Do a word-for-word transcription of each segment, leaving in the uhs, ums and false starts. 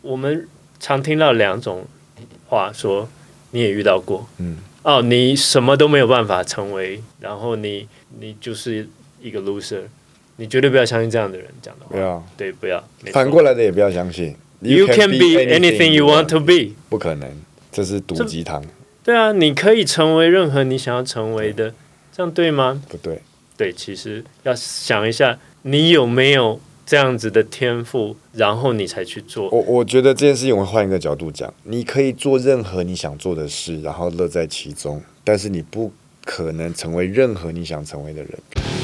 我们常听到两种话说，你也遇到过，嗯，哦，你什么都没有办法成为，然后你你就是一个 loser， 你绝对不要相信这样的人讲的话， 不要， 对，不要， 反过来的也不要相信。 You can be anything you want to be， 不可能，这是毒鸡汤。 对啊，你可以成为任何你想要成为的，这样对吗？ 不对， 对，其实要想一下，你有没有这样子的天赋，然后你才去做。 我我觉得这件事情我会换一个角度讲，你可以做任何你想做的事，然后乐在其中，但是你不可能成为任何你想成为的人。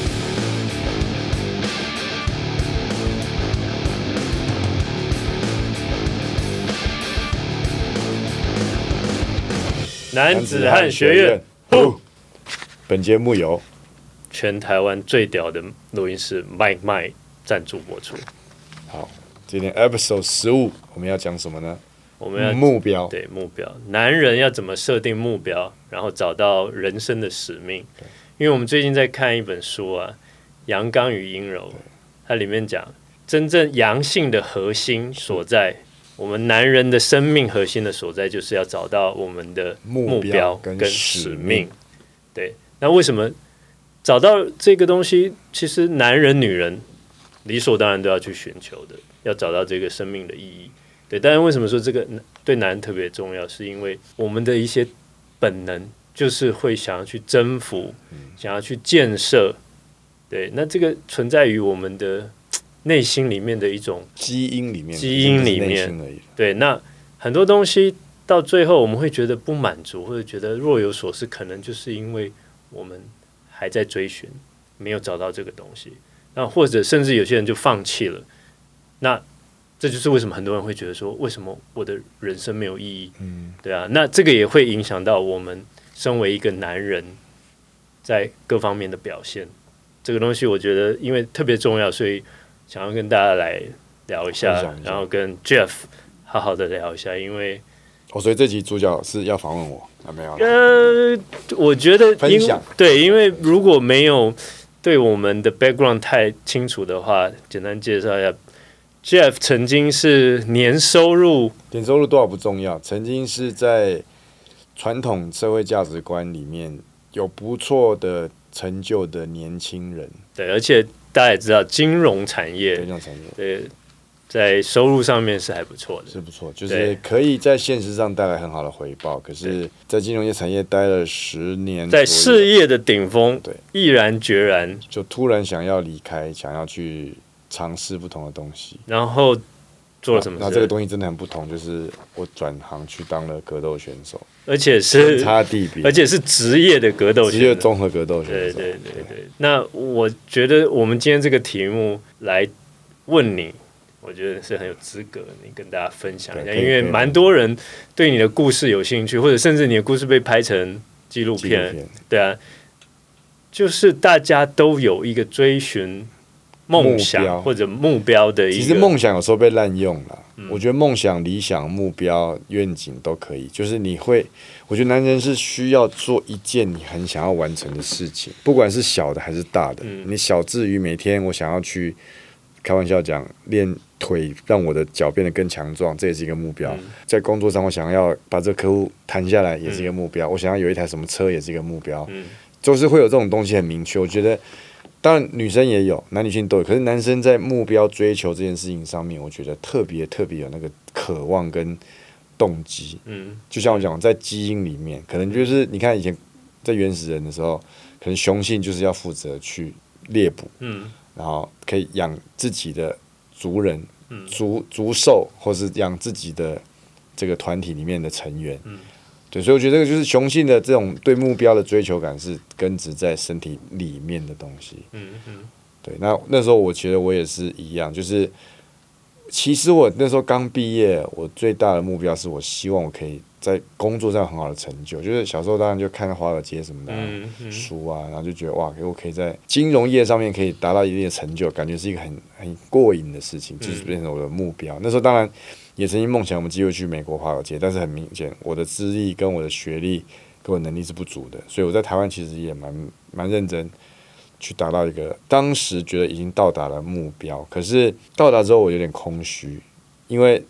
男子汉学院， 本节目由全台湾最屌的录音室麦麦赞助播出。 好，今天 episode 十五，我们要讲什么呢？ 我们要目标， 对目标，男人要怎么设定目标，然后找到人生的使命。因为我们最近在看一本书啊，《阳刚与阴柔》，它里面讲真正阳性的核心所在。我们男人的生命核心的所在，就是要找到我们的目标跟使命。对，那为什么找到这个东西？其实男人、女人理所当然都要去寻求的，要找到这个生命的意义。对，但是为什么说这个对男人特别重要？是因为我们的一些本能，就是会想要去征服，想要去建设。对，那这个存在于我们的内心里面的一种基因里面， 基因里面，对，那很多东西到最后我们会觉得不满足，或者觉得若有所失，可能就是因为我们还在追寻，没有找到这个东西，那或者甚至有些人就放弃了。那这就是为什么很多人会觉得说，为什么我的人生没有意义？嗯，对啊，那这个也会影响到我们身为一个男人在各方面的表现。这个东西我觉得因为特别重要，所以想要跟大家来聊一下，一下然后跟 Jeff 好好的聊一下，因为哦，所以这集主角是要访问我，啊、没有？ 呃，我觉得分享对，因为如果没有对我们的 background 太清楚的话，简单介绍一下 ，Jeff 曾经是年收入年收入多少不重要，曾经是在传统社会价值观里面有不错的成就的年轻人， 对，而且。大家也知道，金融产业， 金融产业， 对，在收入上面是还不错的， 是不错，就是可以在现实上带来很好的回报。可是，在金融业产业待了十年， 在事业的顶峰， 对， 毅然决然就突然想要离开，想要去尝试不同的东西， 然后做了什么事？ 那这个东西真的很不同，就是我转行去当了格斗选手。 而且是差地别， 而且是职业的格斗选手， 职业综合格斗选手。 对对对对。那我觉得我们今天这个题目来问你，我觉得是很有资格，你跟大家分享一下，因为蛮多人对你的故事有兴趣，或者甚至你的故事被拍成纪录片，片对啊，就是大家都有一个追寻梦想或者目标的一个。 其实梦想有时候被滥用了。我觉得梦想、理想、目标、愿景都可以，就是你会，我觉得男人是需要做一件你很想要完成的事情，不管是小的还是大的。嗯、你小至于每天我想要去，开玩笑讲练腿，让我的脚变得更强壮，这也是一个目标。嗯、在工作上，我想要把这个客户谈下来，也是一个目标。嗯、我想要有一台什么车，也是一个目标。嗯、就是会有这种东西很明确。我觉得。当然，女生也有，男女性都有。可是男生在目标追求这件事情上面，我觉得特别特别有那个渴望跟动机。嗯，就像我讲，在基因里面，可能就是你看以前在原始人的时候，可能雄性就是要负责去猎捕，嗯，然后可以养自己的族人、嗯、族族兽，或是养自己的这个团体里面的成员。嗯。对，所以我觉得这个就是雄性的这种对目标的追求感是根植在身体里面的东西。嗯嗯。对，那那时候我觉得我也是一样，就是其实我那时候刚毕业，我最大的目标是我希望我可以在工作上很好的成就。就是小时候当然就看华尔街什么的、啊嗯嗯、书啊，然后就觉得哇，我可以在金融业上面可以达到一定的成就，感觉是一个很很过瘾的事情，就是变成我的目标。嗯、那时候当然。也曾经梦想我们机会去美国华尔街，但是很明显我的资历跟我的学历跟我能力是不足的，所以我在台湾其实也蛮蛮认真去达到一个当时觉得已经到达了目标，可是到达之后我有点空虚，因为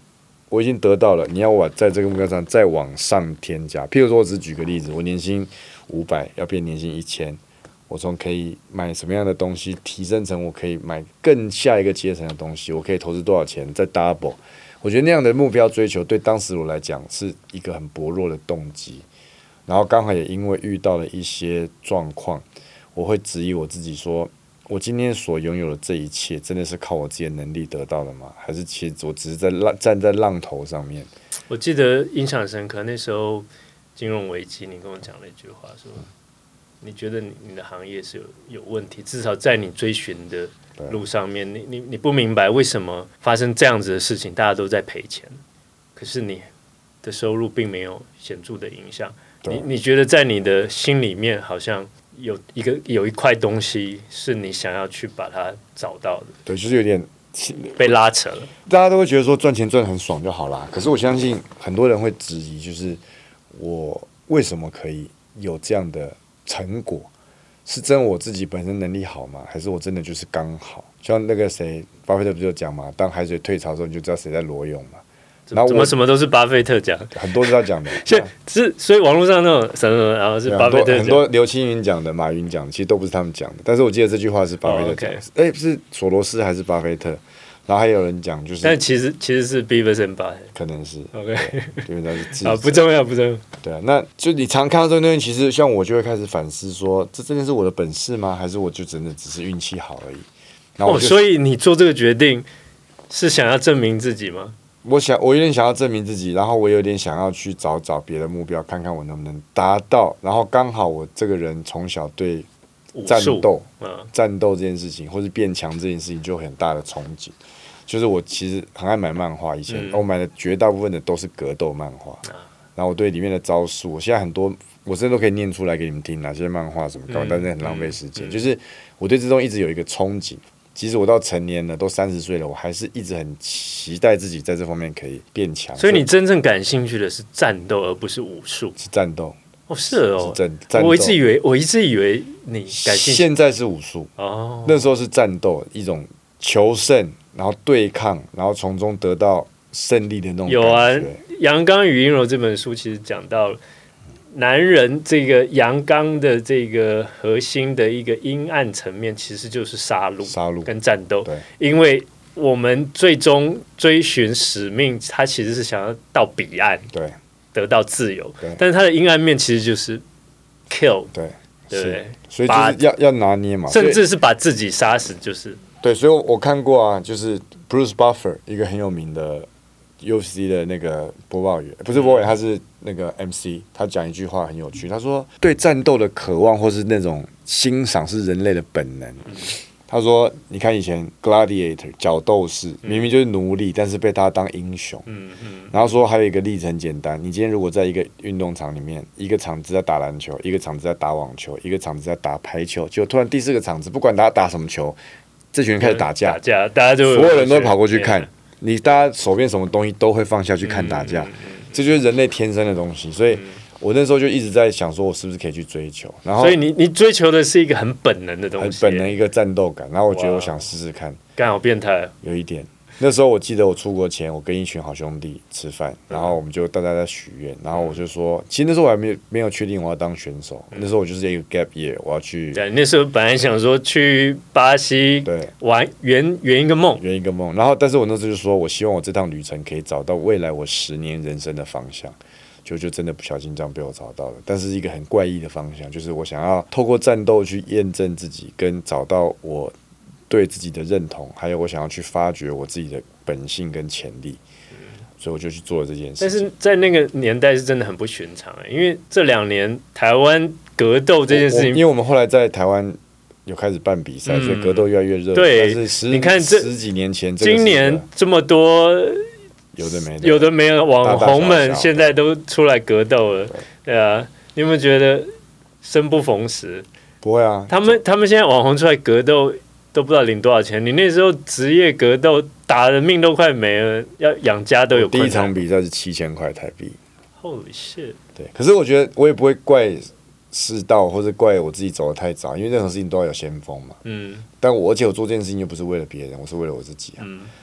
我已经得到了，你要我在这个目标上再往上添加。譬如说，我只举个例子，我年薪五百要变年薪一千，我从可以买什么样的东西提升成我可以买更下一个阶层的东西，我可以投资多少钱再 double。我觉得那样的目标追求对当时我来讲是一个很薄弱的动机。然后刚好也因为遇到了一些状况，我会质疑我自己说，我今天所拥有的这一切真的是靠我自己的能力得到的吗？还是其实我只是在浪站在浪头上面？ 我记得印象深刻，那时候金融危机，你跟我讲了一句话说，你觉得 你, 你的行业是 有, 有问题，至少在你追寻的路上面，你你你不明白为什么发生这样子的事情，大家都在赔钱，可是你的收入并没有显著的影响。你你觉得在你的心里面好像有一个有一块东西是你想要去把它找到的， 对，就是有点被拉扯了。 大家都会觉得说赚钱赚得很爽就好啦，可是我相信很多人会质疑，就是我为什么可以有这样的成果？是真我自己本身能力好吗？还是我真的就是刚好？像那个谁，巴菲特不就讲嘛，当海水退潮的时候，你就知道谁在裸泳嘛。然后怎么什么都是巴菲特讲， 很多是他讲的。 是所以网络上那种什么，然后是巴菲特讲， 很多刘青云讲的、马云讲的，其实都不是他们讲的。但是我记得这句话是巴菲特讲的，哎、oh, okay. 是索罗斯还是巴菲特？然后还有人讲就是， 但其实其实是 Beaver and Butt， 可能是 OK， 因为他是自啊，不重要不重要。 对啊，那就你常看到这个东西，其实像我就会开始反思说，这真的是我的本事吗？还是我就真的只是运气好而已？然后我、哦、 所以你做这个决定是想要证明自己吗？ 我想，我有点想要证明自己，然后我有点想要去找找别的目标，看看我能不能达到。然后刚好我这个人从小对战斗、嗯、战斗这件事情，或是变强这件事情，就有很大的憧憬。就是我其实很爱买漫画，以前、嗯、我买的绝大部分的都是格斗漫画。嗯、然后我对里面的招数，我现在很多我真的都可以念出来给你们听，哪些漫画什么搞，嗯、但是很浪费时间。嗯、就是我对这种一直有一个憧憬。即使我到成年了，都三十岁了，我还是一直很期待自己在这方面可以变强。 所以你真正感兴趣的是战斗，而不是武术。 是战斗。 哦，是哦。 是战斗。 我一直以为，我一直以为你感兴趣。 现在是武术。哦。那时候是战斗，一种求胜，然后对抗，然后从中得到胜利的那种感觉。 有啊，《阳刚与阴柔》这本书其实讲到男人这个阳刚的这个核心的一个阴暗层面，其实就是杀戮、 杀戮跟战斗。因为我们最终追寻使命，他其实是想要到彼岸， 对， 得到自由。但是他的阴暗面其实就是 kill， 对， 对不对？ 所以就是要要拿捏嘛， 甚至是把自己杀死，就是对。所以我看过啊，就是 Bruce Buffer 一个很有名的 U F C 的那个播报员，不是播报员，他是那个 M C， 他讲一句话很有趣，他说对战斗的渴望或是那种欣赏是人类的本能。嗯、他说你看以前 Gladiator 角斗士明明就是奴隶，但是被他当英雄。嗯嗯、然后说还有一个例子很简单，你今天如果在一个运动场里面，一个场子在打篮球，一个场子在打网球，一个场子在打排球，结果突然第四个场子不管大家打什么球，这群人开始打架， 打架大家就所有人都会跑过去看。你大家手边什么东西都会放下去看打架，嗯嗯嗯、这就是人类天生的东西。所以我那时候就一直在想，说我是不是可以去追求。然后， 所以你你追求的是一个很本能的东西， 很本能一个战斗感。然后我觉得我想试试看， 干好变态， 有一点。那时候我记得我出国前，我跟一群好兄弟吃饭，然后我们就大家在许愿，然后我就说，其实那时候我还没有没有确定我要当选手，那时候我就是一个 gap year， 我要去。 对，那时候本来想说去巴西对玩圆圆一个梦， 圆一个梦。然后，但是我那时候就说我希望我这趟旅程可以找到未来我十年人生的方向。就就真的不小心这样被我找到了，但是一个很怪异的方向，就是我想要透过战斗去验证自己，跟找到我对自己的认同，还有我想要去发掘我自己的本性跟潜力，所以我就去做了这件事情。 但是在那个年代是真的很不寻常，因为这两年台湾格斗这件事情， 因为我们后来在台湾有开始办比赛，嗯、所以格斗越来越热。 对， 但是十你看这十几年前， 今年这么多。 有的没的， 有的没有，网红们现在都出来格斗了， 对, 对啊，你有没有觉得生不逢时？ 不会啊， 他们他们现在网红出来格斗都不知道领多少钱，你那时候职业格斗打的命都快没了，要养家都有困难。 第一场比赛是七千块台币 ，Holy shit！ 对，可是我觉得我也不会怪世道，或者怪我自己走得太早，因为任何事情都要有先锋嘛。嗯，但我而且我做这件事情又不是为了别人，我是为了我自己啊。嗯嗯。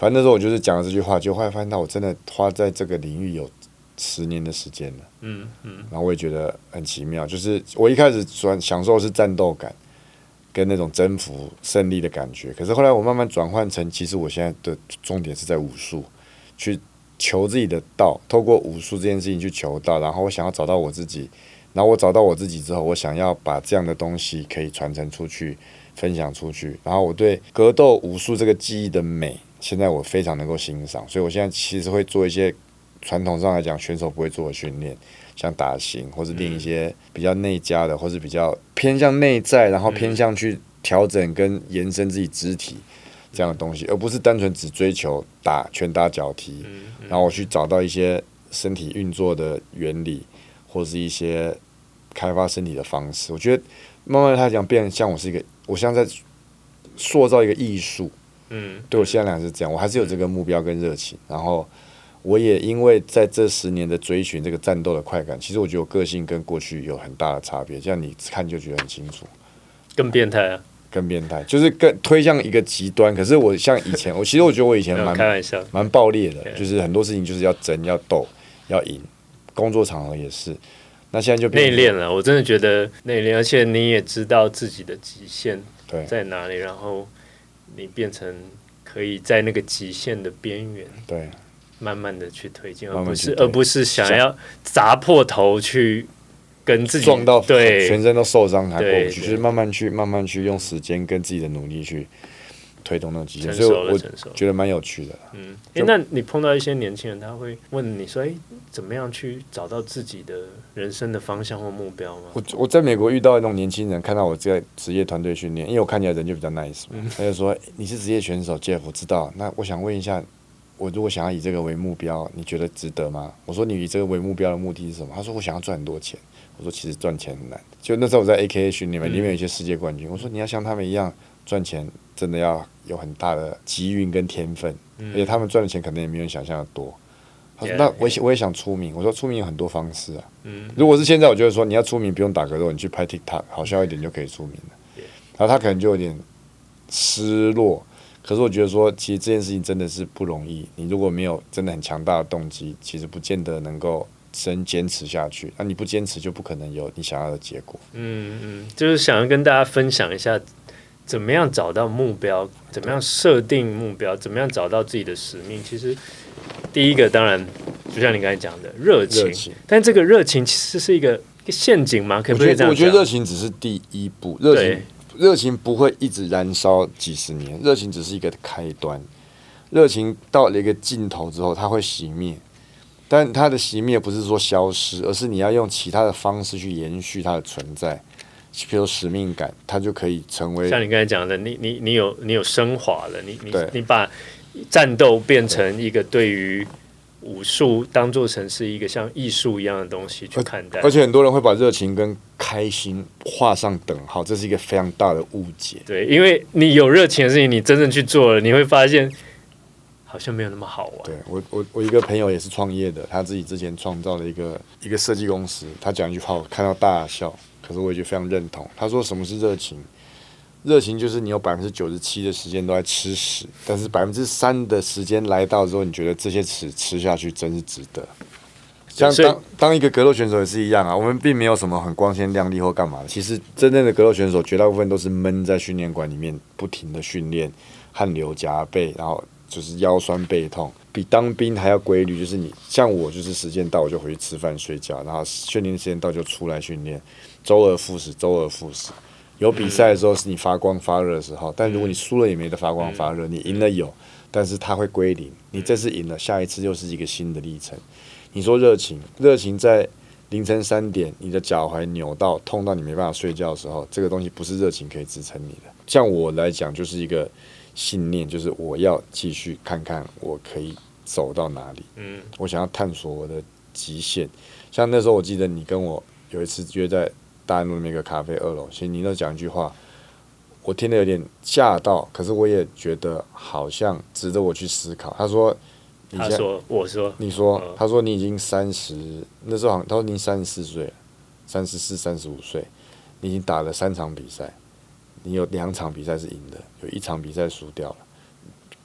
反正那时候我就是讲了这句话，就后来发现到我真的花在这个领域有十年的时间了。 嗯嗯， 然后我也觉得很奇妙，就是我一开始转享受的是战斗感跟那种征服胜利的感觉，可是后来我慢慢转换成，其实我现在的重点是在武术，去求自己的道，透过武术这件事情去求道，然后我想要找到我自己，然后我找到我自己之后，我想要把这样的东西可以传承出去，分享出去，然后我对格斗武术这个技艺的美，现在我非常能够欣赏，所以我现在其实会做一些传统上来讲选手不会做的训练，像打型或是练一些比较内家的，或是比较偏向内在，然后偏向去调整跟延伸自己肢体这样的东西，而不是单纯只追求打拳打脚踢，然后我去找到一些身体运作的原理，或是一些开发身体的方式。我觉得慢慢来讲，变像我是一个，我像在塑造一个艺术。嗯，对我现在来讲是这样，我还是有这个目标跟热情，然后我也因为在这十年的追寻这个战斗的快感，其实我觉得我个性跟过去有很大的差别，这样你看就觉得很清楚。 更变态啊！ 更变态，就是更推向一个极端。可是我像以前，我其实我觉得我以前蛮开玩笑， 蛮暴烈的，就是很多事情就是要争、要斗、要赢，工作场合也是。那现在就内敛了，我真的觉得内敛，而且你也知道自己的极限在哪里，然后你变成可以在那个极限的边缘， 对， 慢慢的去推进， 而不是而不是想要砸破头去。跟自己撞到， 对， 全身都受伤还过不去，就是慢慢去、慢慢去用时间跟自己的努力去推动那个极限，所以我觉得蛮有趣的。 嗯，哎，那你碰到一些年轻人，他会问你说：“哎，怎么样去找到自己的人生的方向或目标吗？” 我我在美国遇到那种年轻人，看到我在职业团队训练，因为我看起来人就比较 nice 嘛，嗯、他就说：“你是职业选手 ，Jeff， 我知道。那我想问一下。”我如果想要以这个为目标，你觉得值得吗？我说你以这个为目标的目的是什么？他说我想要赚很多钱。我说其实赚钱很难。就那时候我在 A K A 训练嘛，里面有一些世界冠军。我说你要像他们一样赚钱，真的要有很大的机运跟天分，而且他们赚的钱可能也没有想象的多。他说那我也我也想出名。我说出名有很多方式啊。如果是现在，我觉得说你要出名不用打格斗，你去拍 TikTok 好笑一点就可以出名了。然后他可能就有点失落。可是我觉得说，其实这件事情真的是不容易。你如果没有真的很强大的动机，其实不见得能够真坚持下去。那你不坚持，就不可能有你想要的结果。 嗯嗯，就是想要跟大家分享一下，怎么样找到目标，怎么样设定目标，怎么样找到自己的使命。其实第一个当然，就像你刚才讲的热情，热情但这个热情其实是一个一个陷阱吗？可不可以这样讲？ 我觉得热情只是第一步，热情。热情不会一直燃烧几十年，热情只是一个开端。热情到了一个尽头之后，它会熄灭，但它的熄灭不是说消失，而是你要用其他的方式去延续它的存在。比如使命感，它就可以成为像你刚才讲的，你你你有你有升华了，你你你把战斗变成一个对于武术当做成是一个像艺术一样的东西去看待， 而且很多人会把热情跟开心画上等号，这是一个非常大的误解。 对，因为你有热情的事情，你真正去做了，你会发现好像没有那么好玩。 对我，我我一个朋友也是创业的，他自己之前创造了一个一个设计公司，他讲一句话，我看到大笑，可是我也觉得非常认同。他说：“什么是热情？热情就是你有百分之九十七的时间都在吃屎，但是百分之三的时间来到之后，你觉得这些屎吃下去真是值得。”像当当一个格斗选手也是一样啊，我们并没有什么很光鲜亮丽或干嘛的。其实真正的格斗选手，绝大部分都是闷在训练馆里面，不停的训练，汗流浃背，然后就是腰酸背痛，比当兵还要规律。就是你像我，就是时间到我就回去吃饭睡觉，然后训练时间到就出来训练，周而复始，周而复始。有比赛的时候是你发光发热的时候，但如果你输了也没得发光发热，你赢了有，但是它会归零。你这次赢了，下一次又是一个新的历程。你说热情，热情在凌晨三点，你的脚踝扭到痛到你没办法睡觉的时候，这个东西不是热情可以支撑你的。像我来讲，就是一个信念，就是我要继续看看我可以走到哪里。嗯，我想要探索我的极限。像那时候我记得你跟我有一次约在大安路那个咖啡二楼，其实你那讲一句话，我听得有点吓到，可是我也觉得好像值得我去思考。他说：“你他说，我说， 你说，嗯、他说你已经三十，那时候好像他说你三十四岁了，三十四、三十五岁，你已经打了三场比赛，你有两场比赛是赢的，有一场比赛输掉了。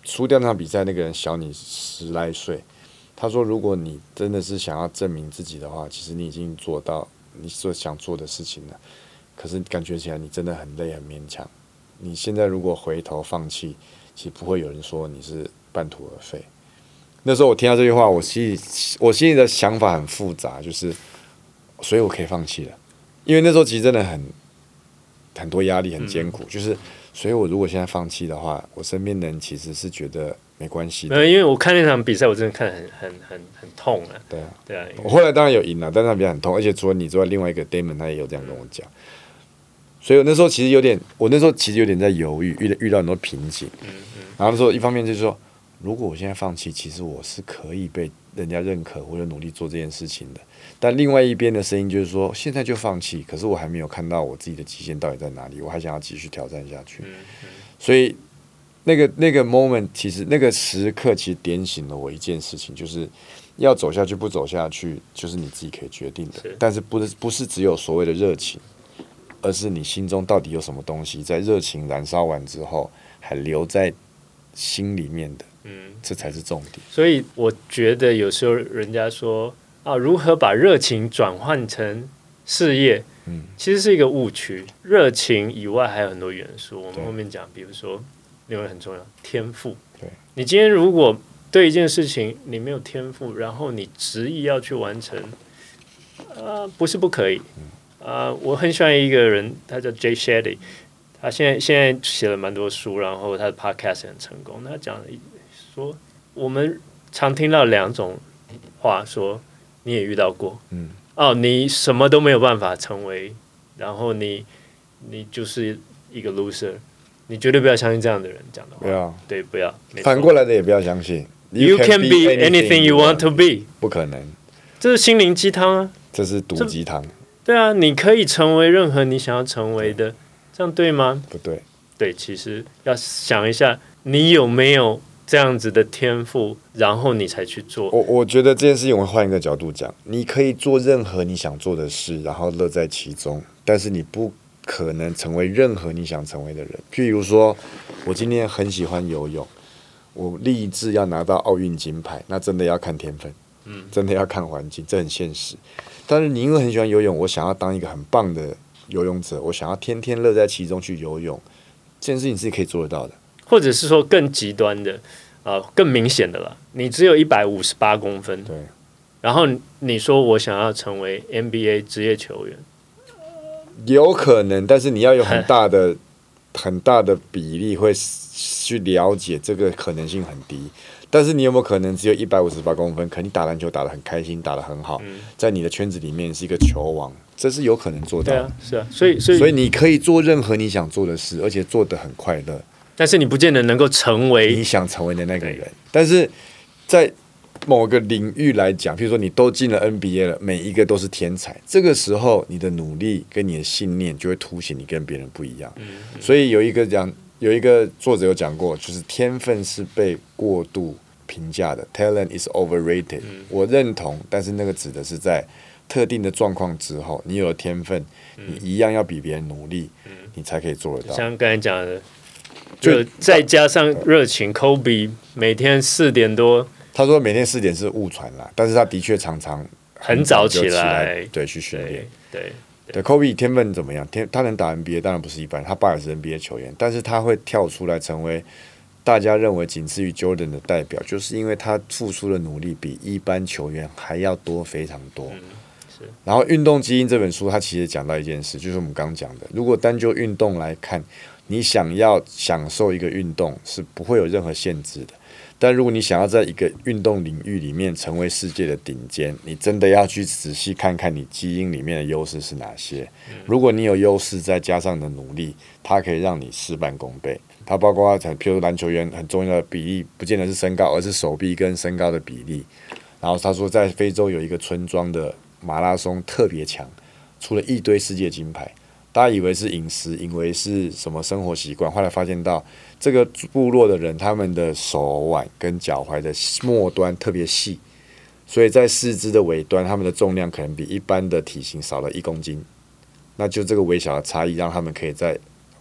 输掉那场比赛那个人小你十来岁，他说如果你真的是想要证明自己的话，其实你已经做到你所想做的事情了，可是感觉起来你真的很累很勉强。你现在如果回头放弃，其实不会有人说你是半途而废。那时候我听到这句话，我心里我心里的想法很复杂，就是所以我可以放弃了，因为那时候其实真的很很多压力，很艰苦，嗯、就是所以我如果现在放弃的话，我身边的人其实是觉得没关系的。 没有，因为我看那场比赛，我真的看得很很很很痛啊。 对啊， 对啊。 我后来当然有赢了，但是那场比赛很痛，而且除了你之外，另外一个 Damon 他也有这样跟我讲。嗯，所以我那时候其实有点，我那时候其实有点在犹豫，遇遇到很多瓶颈。嗯嗯。然后那时候一方面就是说，如果我现在放弃，其实我是可以被人家认可或者努力做这件事情的。但另外一边的声音就是说，现在就放弃，可是我还没有看到我自己的极限到底在哪里，我还想要继续挑战下去。嗯嗯。所以那个那个 moment， 其实那个时刻其实点醒了我一件事情，就是要走下去不走下去，就是你自己可以决定的。但是不是不是只有所谓的热情。而是你心中到底有什么东西，在热情燃烧完之后，还留在心里面的，嗯，这才是重点。 所以我觉得有时候人家说啊，如何把热情转换成事业，嗯，其实是一个误区。热情以外还有很多元素，我们后面讲，比如说另外很重要，天赋。 对， 你今天如果对一件事情你没有天赋，然后你执意要去完成，啊，不是不可以。嗯啊、uh, ，我很喜欢一个人，他叫 Jay Shetty， 他现在现在写了蛮多书，然后他的 podcast 很成功。他讲了说，我们常听到两种话，说你也遇到过，嗯，哦，你什么都没有办法成为，然后你你就是一个 loser， 你绝对不要相信这样的人讲的话， 不要， 对，不要， 反过来的也不要相信。 You can be anything you want to be， 不可能， 这是心灵鸡汤啊， 这是毒鸡汤。 对啊，你可以成为任何你想要成为的，这样对吗？ 不对。 对，其实要想一下，你有没有这样子的天赋，然后你才去做。 我我觉得这件事情，我会换一个角度讲，你可以做任何你想做的事，然后乐在其中，但是你不可能成为任何你想成为的人。譬如说，我今天很喜欢游泳，我立志要拿到奥运金牌，那真的要看天分，嗯，真的要看环境，这很现实。但是你因为很喜欢游泳，我想要当一个很棒的游泳者，我想要天天乐在其中去游泳，这件事情是可以做得到的。 或者是说更极端的，呃，更明显的啦，你只有一百五十八公分， 对， 然后你说我想要成为 N B A 职业球员， 有可能，但是你要有很大的很大的比例会去了解这个可能性很低。但是你有没有可能只有一百五十八公分，可你打篮球打得很开心，打得很好，嗯，在你的圈子里面是一个球王，这是有可能做到的。 对啊，是啊，所以所以所以你可以做任何你想做的事，而且做得很快乐。 但是你不见得能够成为你想成为的那个人。但是在某个领域来讲，譬如说你都进了 N B A 了，每一个都是天才，这个时候你的努力跟你的信念就会凸显你跟别人不一样。嗯嗯，所以有一个讲。有一个作者有讲过，就是天分是被过度评价的 ，talent is overrated，嗯。我认同，但是那个指的是在特定的状况之后，你有了天分，嗯，你一样要比别人努力，嗯，你才可以做得到。 像刚才讲的，就再加上热情 ，Kobe 每天四点多， 他说每天四点是误传啦，但是他的确常常很早起来， 对，去训练， 对。对对 ，Kobe 天分怎么样？天他能打 N B A 当然不是一般，他爸也是 N B A 球员，但是他会跳出来成为大家认为仅次于 Jordan 的代表，就是因为他付出的努力比一般球员还要多非常多。嗯，是。然后《运动基因》这本书，它其实讲到一件事，就是我们刚刚讲的，如果单就运动来看，你想要享受一个运动是不会有任何限制的。但如果你想要在一个运动领域里面成为世界的顶尖，你真的要去仔细看看你基因里面的优势是哪些。如果你有优势，再加上你的努力，它可以让你事半功倍。它包括譬如篮球员很重要的比例，不见得是身高，而是手臂跟身高的比例。然后他说，在非洲有一个村庄的马拉松特别强，出了一堆世界金牌。大家以为是饮食，以为是什么生活习惯，后来发现到这个部落的人，他们的手腕跟脚踝的末端特别细，所以在四肢的尾端，他们的重量可能比一般的体型少了一公斤。那就这个微小的差异，让他们可以在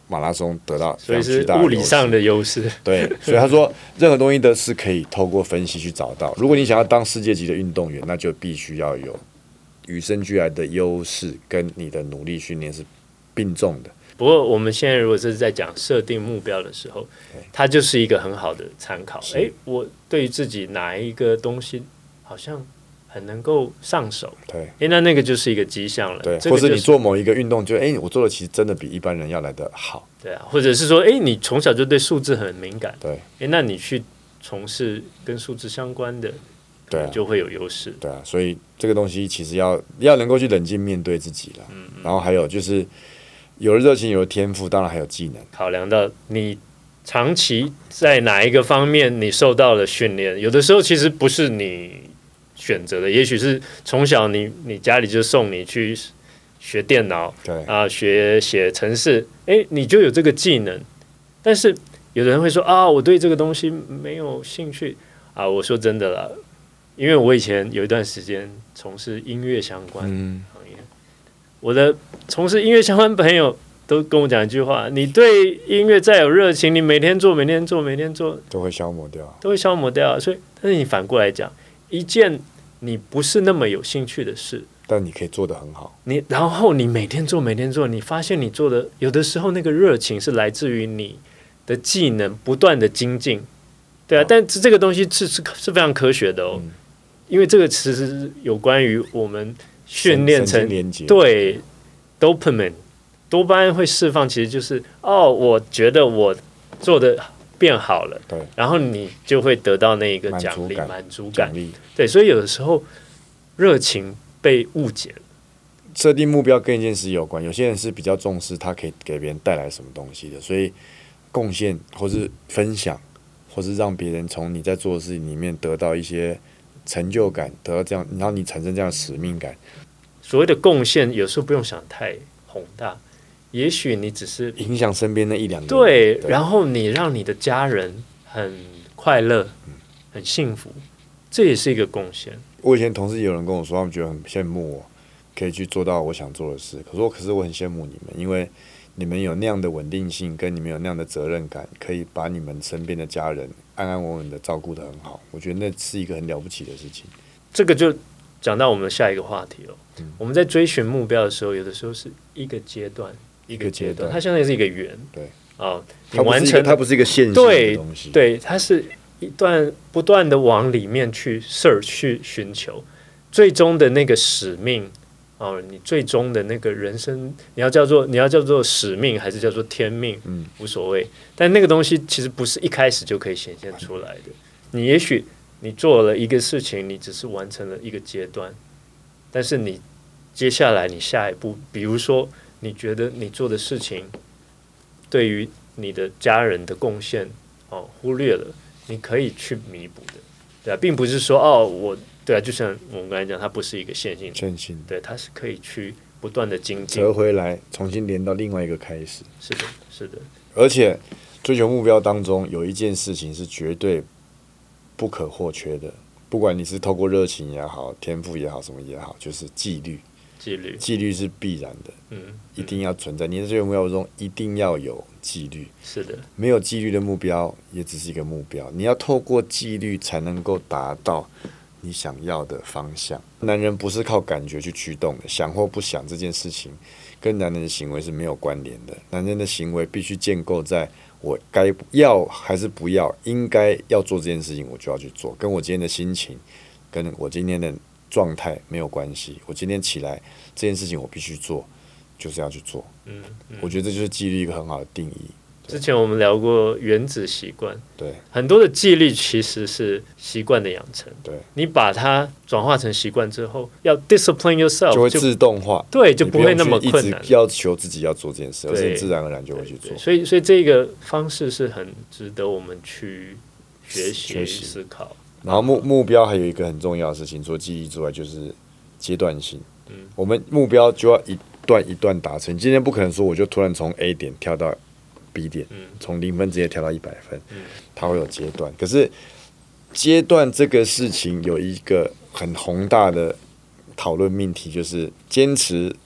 马拉松得到所以是物理上的优势。 对，所以他说任何东西都是可以透过分析去找到。如果你想要当世界级的运动员，那就必须要有与生俱来的优势跟你的努力训练是并重的。 不过我们现在如果是在讲设定目标的时候，它就是一个很好的参考。哎，我对于自己哪一个东西好像很能够上手， 对， 哎，那那个就是一个迹象了。 对， 这个就是、 或者你做某一个运动，就哎，我做的其实真的比一般人要来得好。 对啊，或者是说，哎，你从小就对数字很敏感， 对， 哎，那你去从事跟数字相关的， 对、啊， 就会有优势。 对啊，所以这个东西其实要要能够去冷静面对自己了。嗯嗯，然后还有就是有了热情，有了天赋，当然还有技能。 考量到你长期在哪一个方面你受到了训练，有的时候其实不是你选择的，也许是从小你你家里就送你去学电脑， 对啊、呃，学写程式，哎，你就有这个技能。但是有的人会说啊，我对这个东西没有兴趣啊。我说真的啦，因为我以前有一段时间从事音乐相关行业，嗯、我的从事音乐相关朋友都跟我讲一句话：你对音乐再有热情，你每天做、每天做、每天做， 都会消磨掉， 都会消磨掉。所以，但是你反过来讲，一件你不是那么有兴趣的事， 但你可以做得很好。 你然后你每天做，每天做，你发现你做的有的时候那个热情是来自于你的技能不断的精进，对啊。哦、但是这个东西是是是非常科学的哦，嗯、因为这个其实有关于我们训练成对 dopamine 多巴胺会释放，其实就是哦，我觉得我做的变好了， 对， 然后你就会得到那个奖励、满足感，对，所以有的时候热情被误解了。 设定目标跟一件事有关，有些人是比较重视他可以给别人带来什么东西的，所以贡献或是分享，或是让别人从你在做的事情里面得到一些成就感，得到这样，然后你产生这样的使命感。 所谓的贡献，有时候不用想太宏大。也许你只是影响身边那一两个人， 对，对，然后你让你的家人很快乐、很幸福，这也是一个贡献。 我以前同事有人跟我说，他们觉得很羡慕我，可以去做到我想做的事。可是我，可是我很羡慕你们，因为你们有那样的稳定性，跟你们有那样的责任感，可以把你们身边的家人安安稳稳的照顾得很好。我觉得那是一个很了不起的事情。 这个就讲到我们下一个话题了。嗯、我们在追寻目标的时候，有的时候是一个阶段。一个阶段，它相当于是一个圆， 对啊， 你完成它不是一个线性的东西， 对，对，它是一段不断的往里面去 search 去寻求，最终的那个使命哦，你最终的那个人生，你要叫做你要叫做使命还是叫做天命，嗯，无所谓，但那个东西其实不是一开始就可以显现出来的。你也许你做了一个事情，你只是完成了一个阶段，但是你接下来你下一步，比如说。你觉得你做的事情对于你的家人的贡献哦忽略了，你可以去弥补的，对啊，并不是说哦我对啊，就像我们刚才讲，它不是一个线性的， 线性， 对，它是可以去不断的精进， 折回来，重新连到另外一个开始。 是的，是的。 而且追求目标当中有一件事情是绝对不可或缺的，不管你是透过热情也好，天赋也好，什么也好，就是纪律。 纪律， 纪律是必然的， 嗯， 一定要存在。你在追求目标中一定要有纪律， 是的。 没有纪律的目标也只是一个目标，你要透过纪律才能够达到你想要的方向。男人不是靠感觉去驱动的，想或不想这件事情跟男人的行为是没有关联的。男人的行为必须建构在我该要还是不要，应该要做这件事情，我就要去做，跟我今天的心情，跟我今天的状态没有关系。我今天起来这件事情我必须做，就是要去做。嗯嗯、我觉得这就是纪律一个很好的定义。 之前我们聊过原子习惯， 对， 很多的纪律其实是习惯的养成。 对， 你把它转化成习惯之后，要 discipline yourself 就会自动化， 对，就不会那么困难， 一直要求自己要做这件事，而是自然而然就会去做。 所以，所以这个方式是很值得我们去学习、思考。 然后目目标还有一个很重要的事情，除了记忆之外，就是阶段性。嗯，我们目标就要一段一段达成。今天不可能说我就突然从 A 点跳到 B 点，从零分直接跳到一百分，它会有阶段。可是阶段这个事情有一个很宏大的讨论命题，就是坚持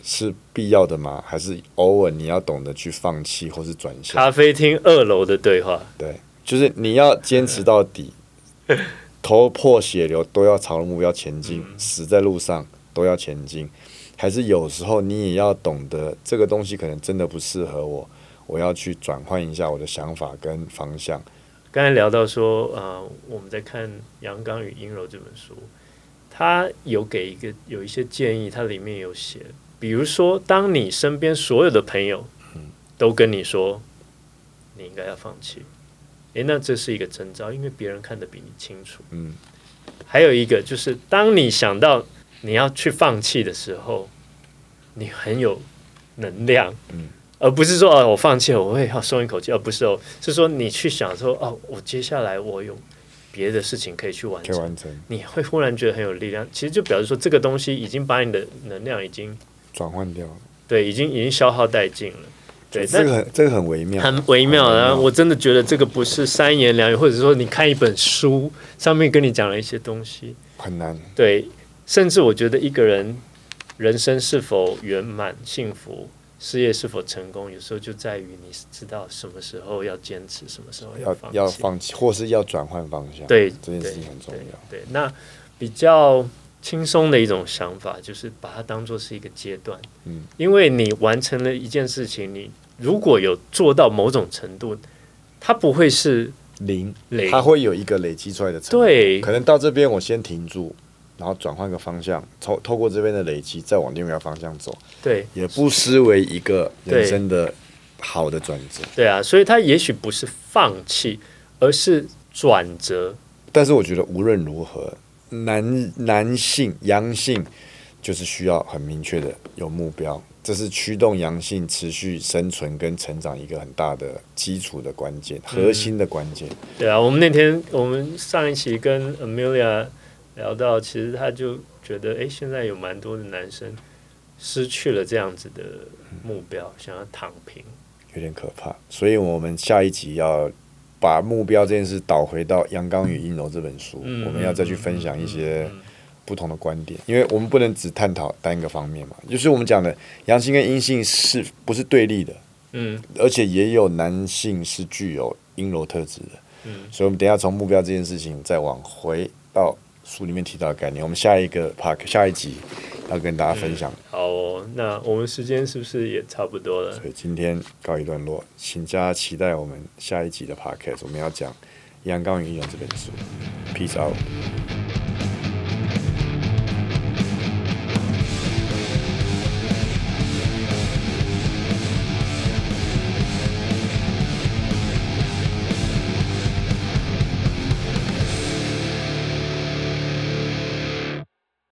是必要的吗？还是偶尔你要懂得去放弃或是转向？ 咖啡厅二楼的对话， 对，就是你要坚持到底，头破血流都要朝着目标前进，嗯、死在路上都要前进。还是有时候你也要懂得，这个东西可能真的不适合我，我要去转换一下我的想法跟方向。 刚才聊到说，呃，我们在看《阳刚与阴柔》这本书，他有给一个有一些建议，它里面有写，比如说，当你身边所有的朋友都跟你说你应该要放弃，诶，那这是一个征兆，因为别人看得比你清楚。嗯，还有一个就是，当你想到你要去放弃的时候，你很有能量。嗯。而不是说哦，我放弃了，我会要松一口气，而不是哦，是说你去想说哦，我接下来我有别的事情可以去完成， 完成你会忽然觉得很有力量。其实就表示说，这个东西已经把你的能量已经转换掉了， 对，已经已经消耗殆尽了。对， 这个很这个很微妙， 很微妙。然后我真的觉得这个不是三言两语，或者说你看一本书上面跟你讲了一些东西， 很难。 对，甚至我觉得一个人人生是否圆满幸福，事业是否成功，有时候就在于你知道什么时候要坚持，什么时候要放弃， 要放弃，或是要转换方向。 对， 这件事情很重要。 对，对，那比较轻松的一种想法，就是把它当作是一个阶段。嗯，因为你完成了一件事情，你如果有做到某种程度，它不会是零，它会有一个累积出来的成果。 对， 可能到这边我先停住。然后转换个方向，透透过这边的累积，再往另外一个方向走， 对， 也不失为一个人生的好的转折。 对啊，所以它也许不是放弃，而是转折。 但是我觉得无论如何，男男性阳性就是需要很明确的有目标，这是驱动阳性持续生存跟成长一个很大的基础的关键，核心的关键。 嗯、对啊，我们那天我们上一期跟 Amelia。聊到，其实他就觉得，哎，现在有蛮多的男生失去了这样子的目标，想要躺平， 有点可怕。所以我们下一集要把目标这件事导回到《阳刚与阴柔》这本书，嗯、我们要再去分享一些不同的观点，因为我们不能只探讨单一个方面嘛。就是我们讲的阳性跟阴性是不是对立的？嗯，而且也有男性是具有阴柔特质的。嗯，所以我们等一下从目标这件事情再往回到书里面提到的概念，我们下一个 part 下一集要跟大家分享。 嗯、好哦，那我们时间是不是也差不多了？ 所以今天告一段落，请大家期待我们下一集的 podcast， 我们要讲《阳刚与阴柔》这本书。Peace out。